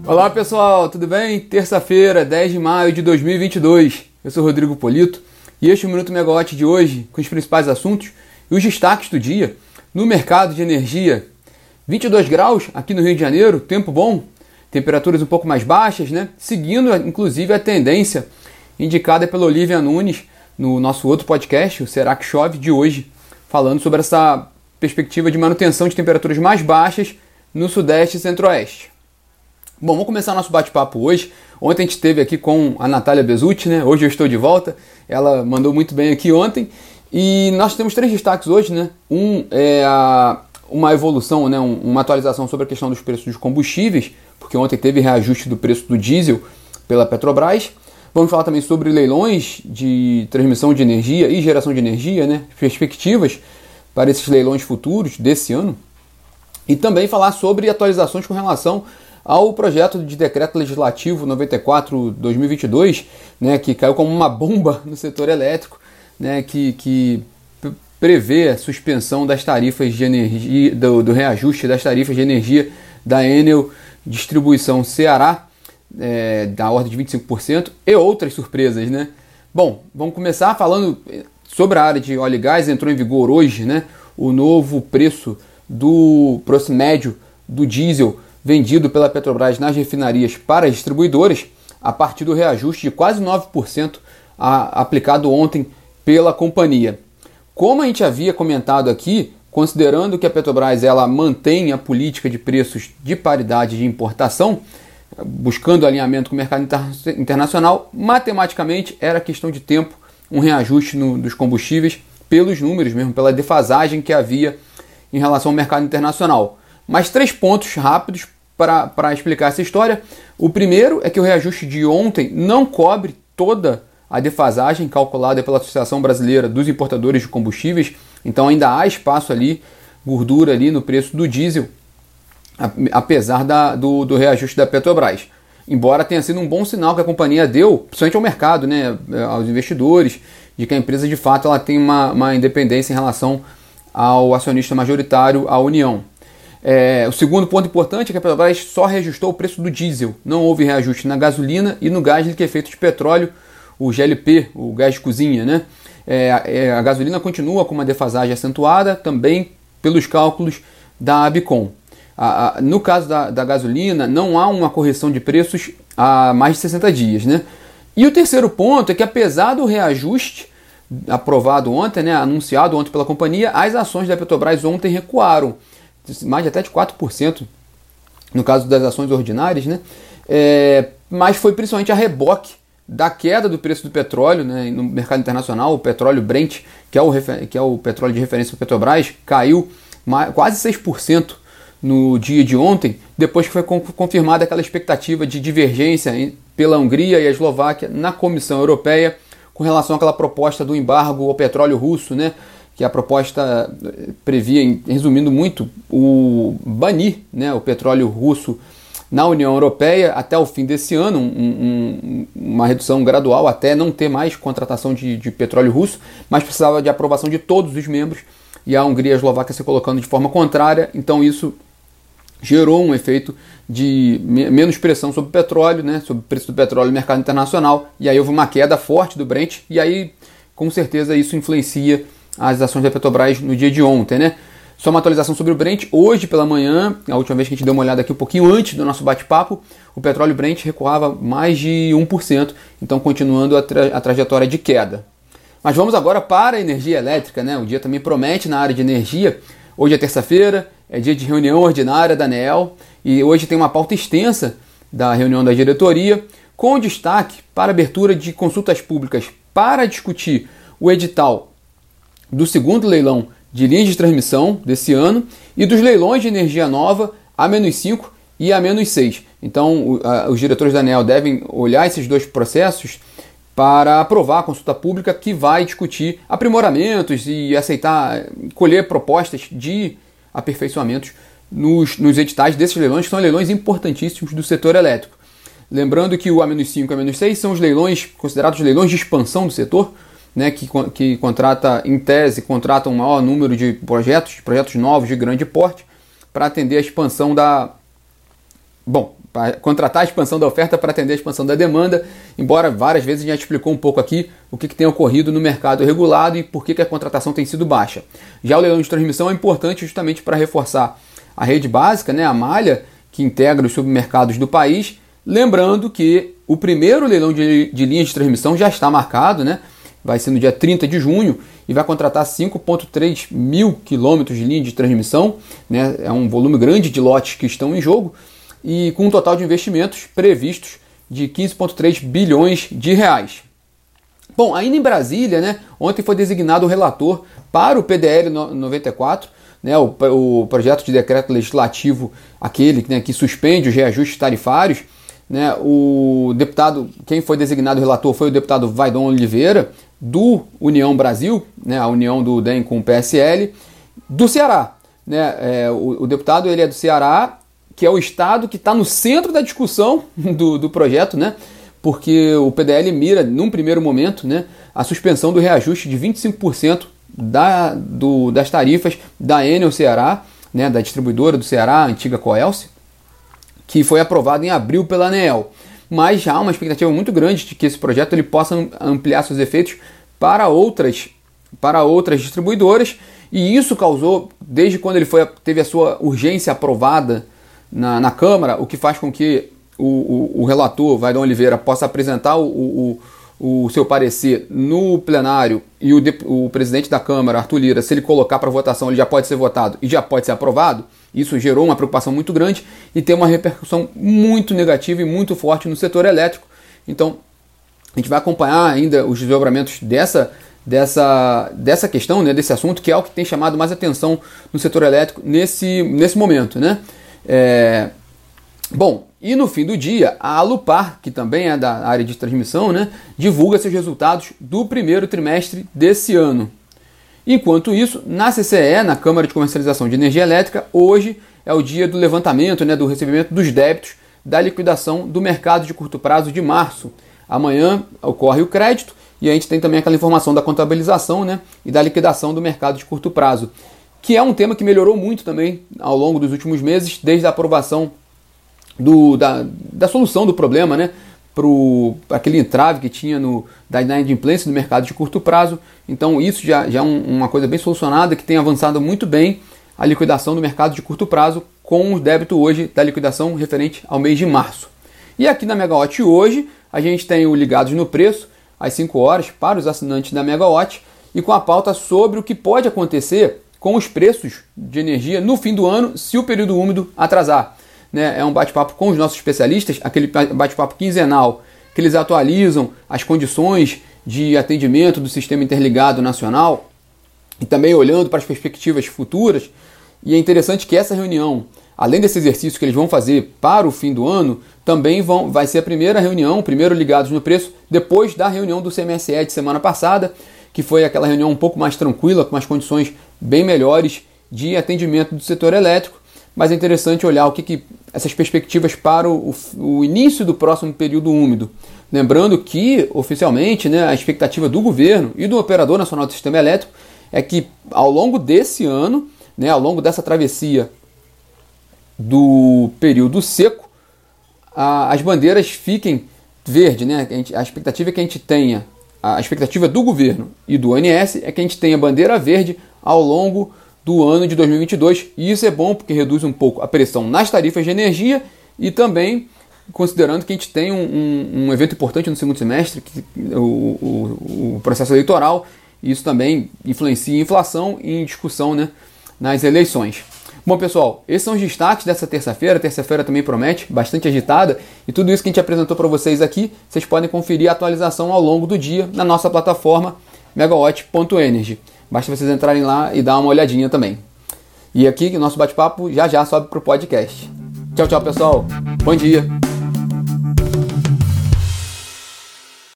Olá pessoal, tudo bem? Terça-feira, 10 de maio de 2022. Eu sou Rodrigo Polito e este é o Minuto Megawatt de hoje com os principais assuntos e os destaques do dia. No mercado de energia, 22 graus aqui no Rio de Janeiro, tempo bom, temperaturas um pouco mais baixas, né? Seguindo inclusive a tendência indicada pela Olivia Nunes no nosso outro podcast, o Será que Chove, de hoje, falando sobre essa perspectiva de manutenção de temperaturas mais baixas no Sudeste e Centro-Oeste. Bom, vamos começar nosso bate-papo hoje. Ontem a gente esteve aqui com a Natália Bezutti, né? Hoje eu estou de volta. Ela mandou muito bem aqui ontem. E nós temos 3 destaques hoje, né? Um é uma evolução, né? Uma atualização sobre a questão dos preços dos combustíveis, porque ontem teve reajuste do preço do diesel pela Petrobras. Vamos falar também sobre leilões de transmissão de energia e geração de energia, né? Perspectivas para esses leilões futuros desse ano. E também falar sobre atualizações com relação ao projeto de decreto legislativo 94/2022, né, que caiu como uma bomba no setor elétrico, né, que prevê a suspensão das tarifas de energia, do reajuste das tarifas de energia da Enel Distribuição Ceará, da ordem de 25%, e outras surpresas, né? Bom, vamos começar falando sobre a área de óleo e gás. Entrou em vigor hoje, né, o novo preço médio do diesel vendido pela Petrobras nas refinarias para as distribuidoras, a partir do reajuste de quase 9% aplicado ontem pela companhia. Como a gente havia comentado aqui, considerando que a Petrobras ela mantém a política de preços de paridade de importação, buscando alinhamento com o mercado internacional, matematicamente era questão de tempo um reajuste dos combustíveis pelos números mesmo, pela defasagem que havia em relação ao mercado internacional. Mas 3 pontos rápidos para explicar essa história. O primeiro é que o reajuste de ontem não cobre toda a defasagem calculada pela Associação Brasileira dos Importadores de Combustíveis, então ainda há espaço ali, gordura ali no preço do diesel, apesar do reajuste da Petrobras. Embora tenha sido um bom sinal que a companhia deu, principalmente ao mercado, né, aos investidores, de que a empresa de fato ela tem uma independência em relação ao acionista majoritário, a União. O segundo ponto importante é que a Petrobras só reajustou o preço do diesel. Não houve reajuste na gasolina e no gás liquefeito de petróleo, o GLP, o gás de cozinha, né? A gasolina continua com uma defasagem acentuada, também pelos cálculos da Abicom. No caso da gasolina, não há uma correção de preços há mais de 60 dias, né? E o terceiro ponto é que, apesar do reajuste aprovado ontem, né, anunciado ontem pela companhia, as ações da Petrobras ontem recuaram, mais de até de 4%, no caso das ações ordinárias, né? Mas foi principalmente a reboque da queda do preço do petróleo, né, no mercado internacional. O petróleo Brent, que é o petróleo de referência da Petrobras, caiu quase 6% no dia de ontem, depois que foi confirmada aquela expectativa de divergência pela Hungria e a Eslováquia na Comissão Europeia com relação àquela proposta do embargo ao petróleo russo, né? Que a proposta previa, resumindo muito, o banir, né, o petróleo russo na União Europeia até o fim desse ano, uma redução gradual até não ter mais contratação de petróleo russo, mas precisava de aprovação de todos os membros, e a Hungria e a Eslováquia se colocando de forma contrária. Então isso gerou um efeito de menos pressão sobre o petróleo, né, sobre o preço do petróleo no mercado internacional, e aí houve uma queda forte do Brent, e aí com certeza isso influencia as ações da Petrobras no dia de ontem, né? Só uma atualização sobre o Brent. Hoje pela manhã, a última vez que a gente deu uma olhada aqui um pouquinho antes do nosso bate-papo, o petróleo Brent recuava mais de 1%, então continuando a trajetória de queda. Mas vamos agora para a energia elétrica, né? O dia também promete na área de energia. Hoje é terça-feira, é dia de reunião ordinária da ANEEL, e hoje tem uma pauta extensa da reunião da diretoria, com destaque para a abertura de consultas públicas para discutir o edital do segundo leilão de linhas de transmissão desse ano e dos leilões de energia nova A-5 e A-6. Então, os diretores da ANEEL devem olhar esses 2 processos para aprovar a consulta pública que vai discutir aprimoramentos e colher propostas de aperfeiçoamentos nos editais desses leilões, que são leilões importantíssimos do setor elétrico. Lembrando que o A-5 e A-6 são os leilões considerados leilões de expansão do setor, né, que contrata, em tese, contratam um maior número de projetos novos de grande porte para atender a expansão contratar a expansão da oferta para atender a expansão da demanda, embora várias vezes a gente já explicou um pouco aqui o que tem ocorrido no mercado regulado e por que a contratação tem sido baixa. Já o leilão de transmissão é importante justamente para reforçar a rede básica, né, a malha que integra os supermercados do país, lembrando que o primeiro leilão de linhas de transmissão já está marcado, né, vai ser no dia 30 de junho e vai contratar 5,3 mil quilômetros de linha de transmissão, né, é um volume grande de lotes que estão em jogo, e com um total de investimentos previstos de 15,3 bilhões de reais. Bom, ainda em Brasília, né, ontem foi designado o relator para o PDL 94, né, o projeto de decreto legislativo, aquele, né, que suspende os reajustes tarifários. Né, o deputado, quem foi designado relator foi o deputado Vaidon Oliveira, do União Brasil, né, a união do DEM com o PSL, do Ceará. Né, o deputado ele é do Ceará, que é o estado que está no centro da discussão do projeto, né? Porque o PDL mira, num primeiro momento, né, a suspensão do reajuste de 25% das tarifas da Enel Ceará, né, da distribuidora do Ceará, a antiga Coelce, que foi aprovado em abril pela ANEEL. Mas já há uma expectativa muito grande de que esse projeto ele possa ampliar seus efeitos para outras distribuidoras, e isso causou, desde quando ele teve a sua urgência aprovada na Câmara, o que faz com que o relator, Vaidon Oliveira, possa apresentar o seu parecer no plenário e o presidente da Câmara, Arthur Lira, se ele colocar para votação, ele já pode ser votado e já pode ser aprovado. Isso gerou uma preocupação muito grande e tem uma repercussão muito negativa e muito forte no setor elétrico. Então, a gente vai acompanhar ainda os desdobramentos dessa questão, né, desse assunto, que é o que tem chamado mais atenção no setor elétrico nesse momento, né? Bom, e no fim do dia, a Alupar, que também é da área de transmissão, né, divulga seus resultados do primeiro trimestre desse ano. Enquanto isso, na CCE, na Câmara de Comercialização de Energia Elétrica, hoje é o dia do levantamento, né, do recebimento dos débitos da liquidação do mercado de curto prazo de março. Amanhã ocorre o crédito e a gente tem também aquela informação da contabilização, né, e da liquidação do mercado de curto prazo, que é um tema que melhorou muito também ao longo dos últimos meses, desde a aprovação da solução do problema, né, para aquele entrave que tinha da inadimplência do mercado de curto prazo. Então isso já é uma coisa bem solucionada, que tem avançado muito bem a liquidação do mercado de curto prazo, com o débito hoje da liquidação referente ao mês de março. E aqui na Megawatt hoje, a gente tem o Ligados no Preço, às 5 horas, para os assinantes da Megawatt, e com a pauta sobre o que pode acontecer com os preços de energia no fim do ano, se o período úmido atrasar. Né, é um bate-papo com os nossos especialistas, aquele bate-papo quinzenal, que eles atualizam as condições de atendimento do Sistema Interligado Nacional e também olhando para as perspectivas futuras. E é interessante que essa reunião, além desse exercício que eles vão fazer para o fim do ano, também vai ser a primeira reunião, primeiro Ligados no Preço, depois da reunião do CMSE de semana passada, que foi aquela reunião um pouco mais tranquila, com as condições bem melhores de atendimento do setor elétrico. Mas é interessante olhar o que essas perspectivas para o início do próximo período úmido. Lembrando que, oficialmente, né, a expectativa do governo e do Operador Nacional do Sistema Elétrico é que, ao longo desse ano, né, ao longo dessa travessia do período seco, as bandeiras fiquem verde. Né? A expectativa é que a gente tenha, a expectativa do governo e do ONS é que a gente tenha bandeira verde ao longo do ano de 2022, e isso é bom porque reduz um pouco a pressão nas tarifas de energia e também considerando que a gente tem um evento importante no segundo semestre, o processo eleitoral, e isso também influencia em inflação e em discussão, né, nas eleições. Bom, pessoal, esses são os destaques dessa terça-feira. Terça-feira também promete, bastante agitada, e tudo isso que a gente apresentou para vocês aqui, vocês podem conferir a atualização ao longo do dia na nossa plataforma megawatt.energy. Basta vocês entrarem lá e dar uma olhadinha também. E aqui, o nosso bate-papo já sobe para o podcast. Tchau, tchau, pessoal. Bom dia.